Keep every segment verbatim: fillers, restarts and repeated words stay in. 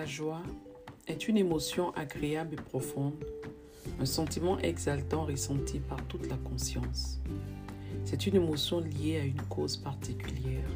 La joie est une émotion agréable et profonde, un sentiment exaltant ressenti par toute la conscience. C'est une émotion liée à une cause particulière.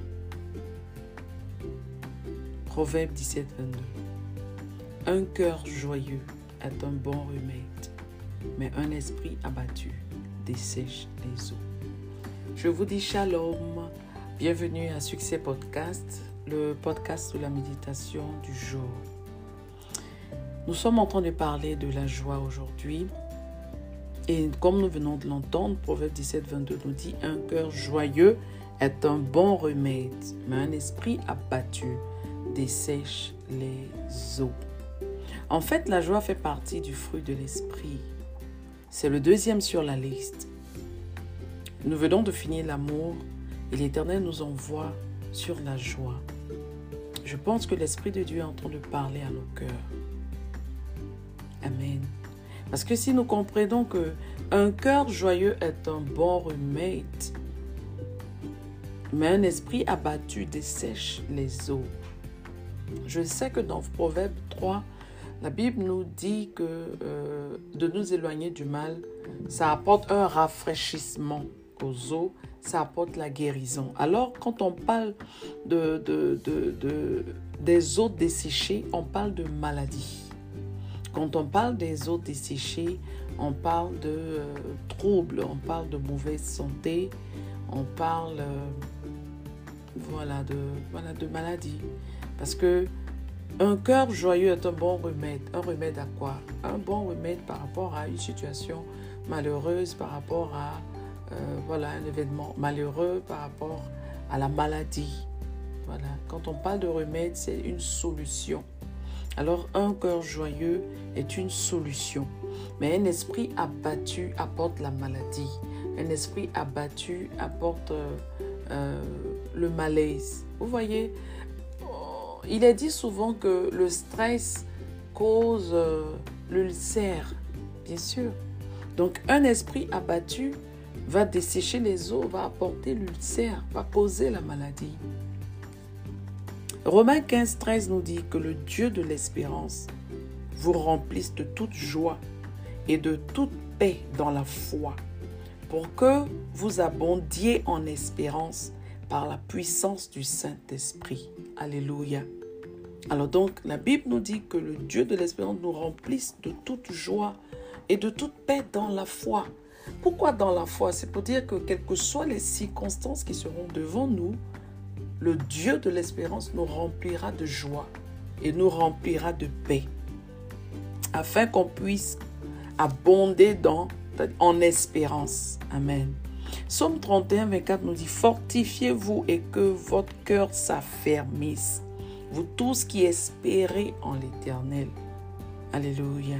Proverbe dix-sept, vingt-deux. Un cœur joyeux est un bon remède, mais un esprit abattu dessèche les eaux. Je vous dis shalom, bienvenue à Succès Podcast, le podcast de la méditation du jour. Nous sommes en train de parler de la joie aujourd'hui. Et comme nous venons de l'entendre, Proverbe dix-sept, vingt-deux nous dit « Un cœur joyeux est un bon remède, mais un esprit abattu dessèche les eaux. » En fait, la joie fait partie du fruit de l'esprit. C'est le deuxième sur la liste. Nous venons de finir l'amour et l'Éternel nous envoie sur la joie. Je pense que l'Esprit de Dieu est en train de parler à nos cœurs. Amen. Parce que si nous comprenons qu'un cœur joyeux est un bon remède, mais un esprit abattu dessèche les eaux. Je sais que dans Proverbe trois, la Bible nous dit que euh, de nous éloigner du mal, ça apporte un rafraîchissement aux eaux, ça apporte la guérison. Alors, quand on parle de, de, de, de, des eaux desséchées, on parle de maladie. Quand on parle des eaux desséchées, on parle de euh, troubles, on parle de mauvaise santé, on parle euh, voilà, de, voilà, de maladie. Parce que un cœur joyeux est un bon remède. Un remède à quoi? Un bon remède par rapport à une situation malheureuse, par rapport à euh, voilà, un événement malheureux, par rapport à la maladie. Voilà. Quand on parle de remède, c'est une solution. Alors, un cœur joyeux est une solution. Mais un esprit abattu apporte la maladie. Un esprit abattu apporte euh, euh, le malaise. Vous voyez, il est dit souvent que le stress cause euh, l'ulcère, bien sûr. Donc, un esprit abattu va dessécher les eaux, va apporter l'ulcère, va causer la maladie. Romains quinze, treize nous dit que le Dieu de l'espérance vous remplisse de toute joie et de toute paix dans la foi, pour que vous abondiez en espérance par la puissance du Saint-Esprit. Alléluia. Alors donc, la Bible nous dit que le Dieu de l'espérance nous remplisse de toute joie et de toute paix dans la foi. Pourquoi dans la foi? C'est pour dire que quelles que soient les circonstances qui seront devant nous, le Dieu de l'espérance nous remplira de joie et nous remplira de paix, afin qu'on puisse abonder dans, en espérance. Amen. Psaume trente et un, vingt-quatre nous dit « Fortifiez-vous et que votre cœur s'affermisse, vous tous qui espérez en l'Éternel. » Alléluia.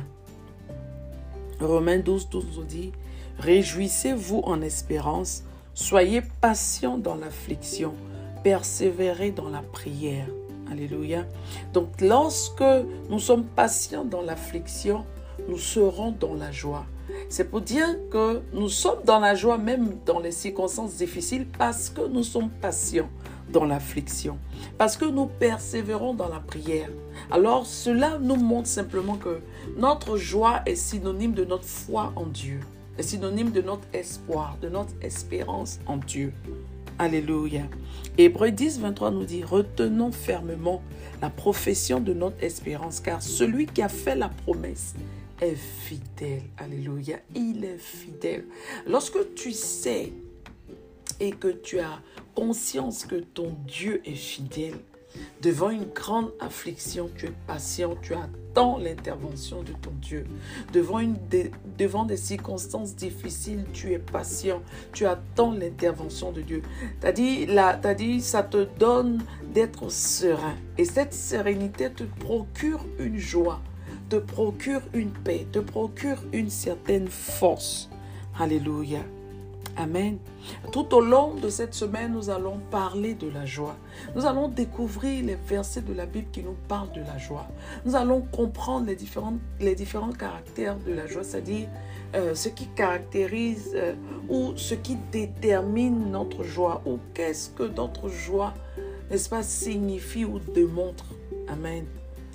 Romains douze, douze nous dit « Réjouissez-vous en espérance, soyez patients dans l'affliction, persévérez dans la prière. » Alléluia. Donc, lorsque nous sommes patients dans l'affliction, nous serons dans la joie. C'est pour dire que nous sommes dans la joie même dans les circonstances difficiles parce que nous sommes patients dans l'affliction, parce que nous persévérons dans la prière. Alors, cela nous montre simplement que notre joie est synonyme de notre foi en Dieu, est synonyme de notre espoir, de notre espérance en Dieu. Alléluia. Hébreux dix, vingt-trois nous dit « Retenons fermement la profession de notre espérance, car celui qui a fait la promesse est fidèle. » Alléluia. Il est fidèle. Lorsque tu sais et que tu as conscience que ton Dieu est fidèle, devant une grande affliction, tu es patient, tu attends l'intervention de ton Dieu. Devant, une de, devant des circonstances difficiles, tu es patient, tu attends l'intervention de Dieu. T'as dit, là, t'as dit, ça te donne d'être serein. Et cette sérénité te procure une joie, te procure une paix, te procure une certaine force. Alléluia. Amen. Tout au long de cette semaine, nous allons parler de la joie. Nous allons découvrir les versets de la Bible qui nous parlent de la joie. Nous allons comprendre les différents, les différents caractères de la joie, c'est-à-dire euh, ce qui caractérise euh, ou ce qui détermine notre joie, ou qu'est-ce que notre joie, n'est-ce pas, signifie ou démontre. Amen.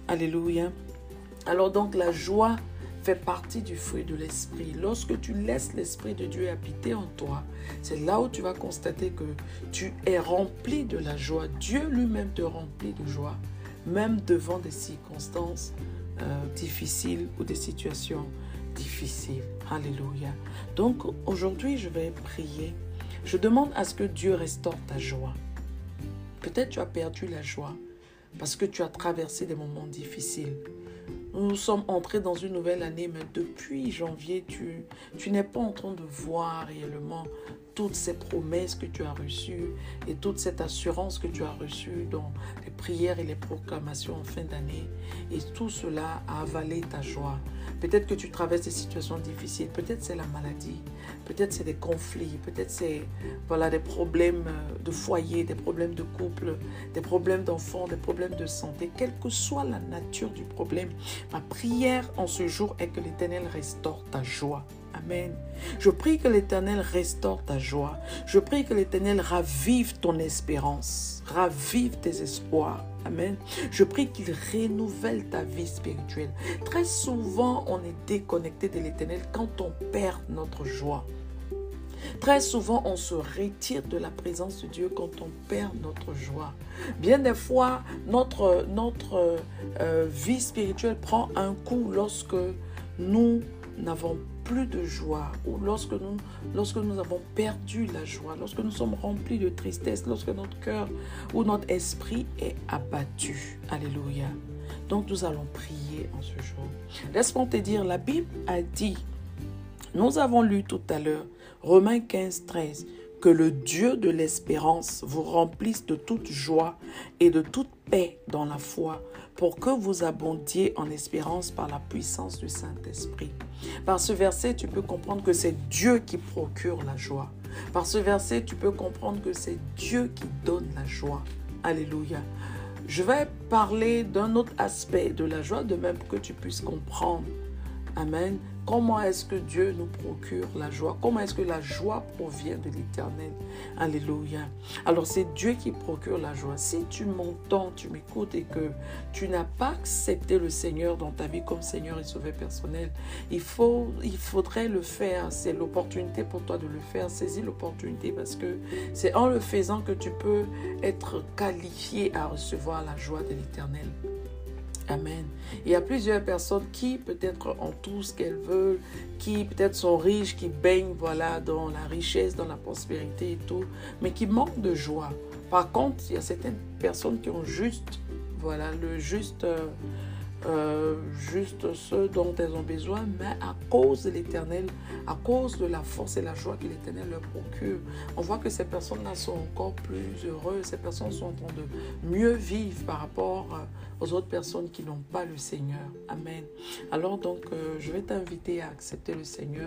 Alléluia. Alors donc la joie fait partie du fruit de l'esprit. Lorsque tu laisses l'esprit de Dieu habiter en toi, c'est là où tu vas constater que tu es rempli de la joie. Dieu lui-même te remplit de joie, même devant des circonstances euh, difficiles ou des situations difficiles. Alléluia. Donc aujourd'hui, je vais prier. Je demande à ce que Dieu restaure ta joie. Peut-être tu as perdu la joie parce que tu as traversé des moments difficiles. Nous sommes entrés dans une nouvelle année, mais depuis janvier, tu, tu n'es pas en train de voir réellement toutes ces promesses que tu as reçues et toute cette assurance que tu as reçue dans les prières et les proclamations en fin d'année. Et tout cela a avalé ta joie. Peut-être que tu traverses des situations difficiles, peut-être c'est la maladie, peut-être c'est des conflits, peut-être c'est voilà, des problèmes de foyer, des problèmes de couple, des problèmes d'enfants, des problèmes de santé. Quelle que soit la nature du problème, ma prière en ce jour est que l'Éternel restaure ta joie. Amen. Je prie que l'Éternel restaure ta joie. Je prie que l'Éternel ravive ton espérance, ravive tes espoirs. Amen. Je prie qu'il renouvelle ta vie spirituelle. Très souvent, on est déconnecté de l'Éternel quand on perd notre joie. Très souvent, on se retire de la présence de Dieu quand on perd notre joie. Bien des fois, notre, notre euh, vie spirituelle prend un coup lorsque nous n'avons plus de joie ou lorsque nous, lorsque nous avons perdu la joie, lorsque nous sommes remplis de tristesse, lorsque notre cœur ou notre esprit est abattu. Alléluia. Donc nous allons prier en ce jour. Laisse-moi te dire, la Bible a dit, nous avons lu tout à l'heure, Romains quinze, treize, que le Dieu de l'espérance vous remplisse de toute joie et de toute paix dans la foi, pour que vous abondiez en espérance par la puissance du Saint-Esprit. Par ce verset, tu peux comprendre que c'est Dieu qui procure la joie. Par ce verset, tu peux comprendre que c'est Dieu qui donne la joie. Alléluia. Je vais parler d'un autre aspect de la joie, de même que tu puisses comprendre. Amen. Comment est-ce que Dieu nous procure la joie? Comment est-ce que la joie provient de l'Éternel? Alléluia. Alors c'est Dieu qui procure la joie. Si tu m'entends, tu m'écoutes et que tu n'as pas accepté le Seigneur dans ta vie comme Seigneur et Sauveur personnel, il, faut, il faudrait le faire. C'est l'opportunité pour toi de le faire. Saisis l'opportunité parce que c'est en le faisant que tu peux être qualifié à recevoir la joie de l'Éternel. Amen. Il y a plusieurs personnes qui peut-être ont tout ce qu'elles veulent, qui peut-être sont riches, qui baignent voilà, dans la richesse, dans la prospérité et tout, mais qui manquent de joie. Par contre, il y a certaines personnes qui ont juste, voilà, le juste, euh, euh, juste ce dont elles ont besoin, mais à cause de l'Éternel, à cause de la force et la joie que l'Éternel leur procure, on voit que ces personnes-là sont encore plus heureuses, ces personnes sont en train de mieux vivre par rapport aux autres personnes qui n'ont pas le Seigneur. Amen. Alors donc, euh, je vais t'inviter à accepter le Seigneur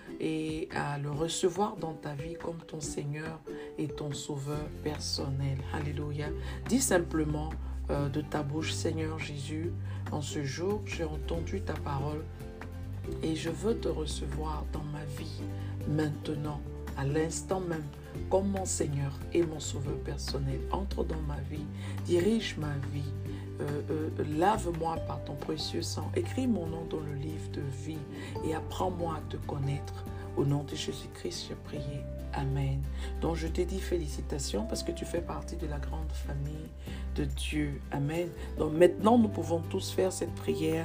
et à le recevoir dans ta vie comme ton Seigneur et ton Sauveur personnel. Alléluia. Dis simplement euh, de ta bouche, Seigneur Jésus, en ce jour, j'ai entendu ta parole et je veux te recevoir dans ma vie maintenant, à l'instant même, comme mon Seigneur et mon Sauveur personnel. Entre dans ma vie, dirige ma vie, euh, euh, lave-moi par ton précieux sang, écris mon nom dans le livre de vie et apprends-moi à te connaître. Au nom de Jésus-Christ, j'ai prié. Amen. Donc je te dis félicitations parce que tu fais partie de la grande famille de Dieu. Amen. Donc maintenant, nous pouvons tous faire cette prière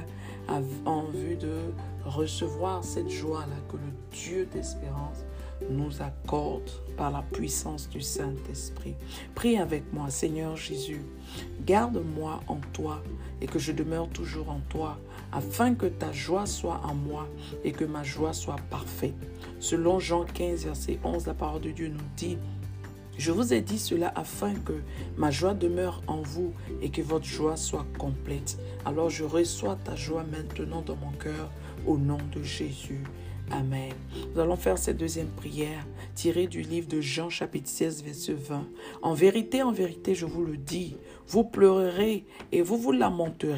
en vue de recevoir cette joie-là que le Dieu d'espérance nous accorde par la puissance du Saint-Esprit. Prie avec moi, Seigneur Jésus, garde-moi en toi et que je demeure toujours en toi, afin que ta joie soit en moi et que ma joie soit parfaite. Selon Jean quinze, verset onze, la parole de Dieu nous dit: je vous ai dit cela afin que ma joie demeure en vous et que votre joie soit complète. Alors je reçois ta joie maintenant dans mon cœur au nom de Jésus. Amen. Nous allons faire cette deuxième prière tirée du livre de Jean chapitre seize verset vingt. En vérité, en vérité, je vous le dis, vous pleurerez et vous vous lamenterez,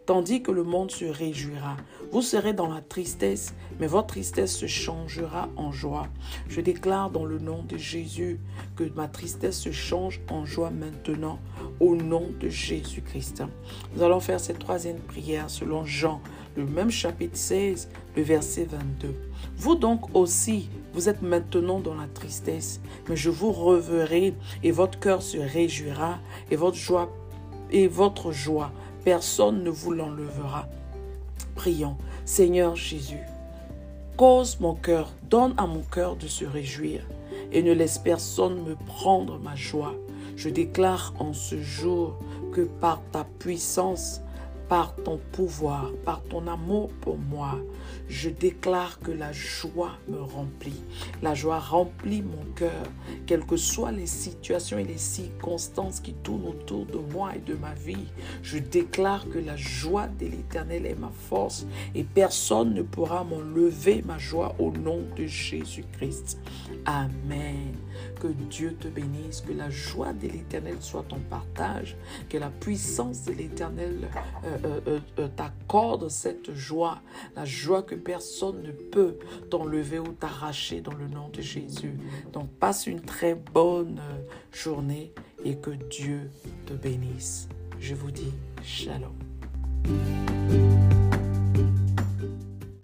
tandis que le monde se réjouira. Vous serez dans la tristesse, mais votre tristesse se changera en joie. Je déclare dans le nom de Jésus que ma tristesse se change en joie maintenant, au nom de Jésus-Christ. Nous allons faire cette troisième prière selon Jean, le même chapitre seize, le verset vingt-deux. Vous donc aussi, vous êtes maintenant dans la tristesse, mais je vous reverrai et votre cœur se réjouira et votre joie et votre joie, personne ne vous l'enlèvera. Prions. Seigneur Jésus, cause mon cœur, donne à mon cœur de se réjouir et ne laisse personne me prendre ma joie. Je déclare en ce jour que par ta puissance, par ton pouvoir, par ton amour pour moi, je déclare que la joie me remplit. La joie remplit mon cœur, quelles que soient les situations et les circonstances qui tournent autour de moi et de ma vie. Je déclare que la joie de l'Éternel est ma force et personne ne pourra m'enlever ma joie au nom de Jésus-Christ. Amen. Que Dieu te bénisse, que la joie de l'Éternel soit ton partage, que la puissance de l'Éternel euh, euh, euh, euh, t'accorde cette joie, la joie que personne ne peut t'enlever ou t'arracher dans le nom de Jésus. Donc passe une très bonne journée et que Dieu te bénisse. Je vous dis shalom.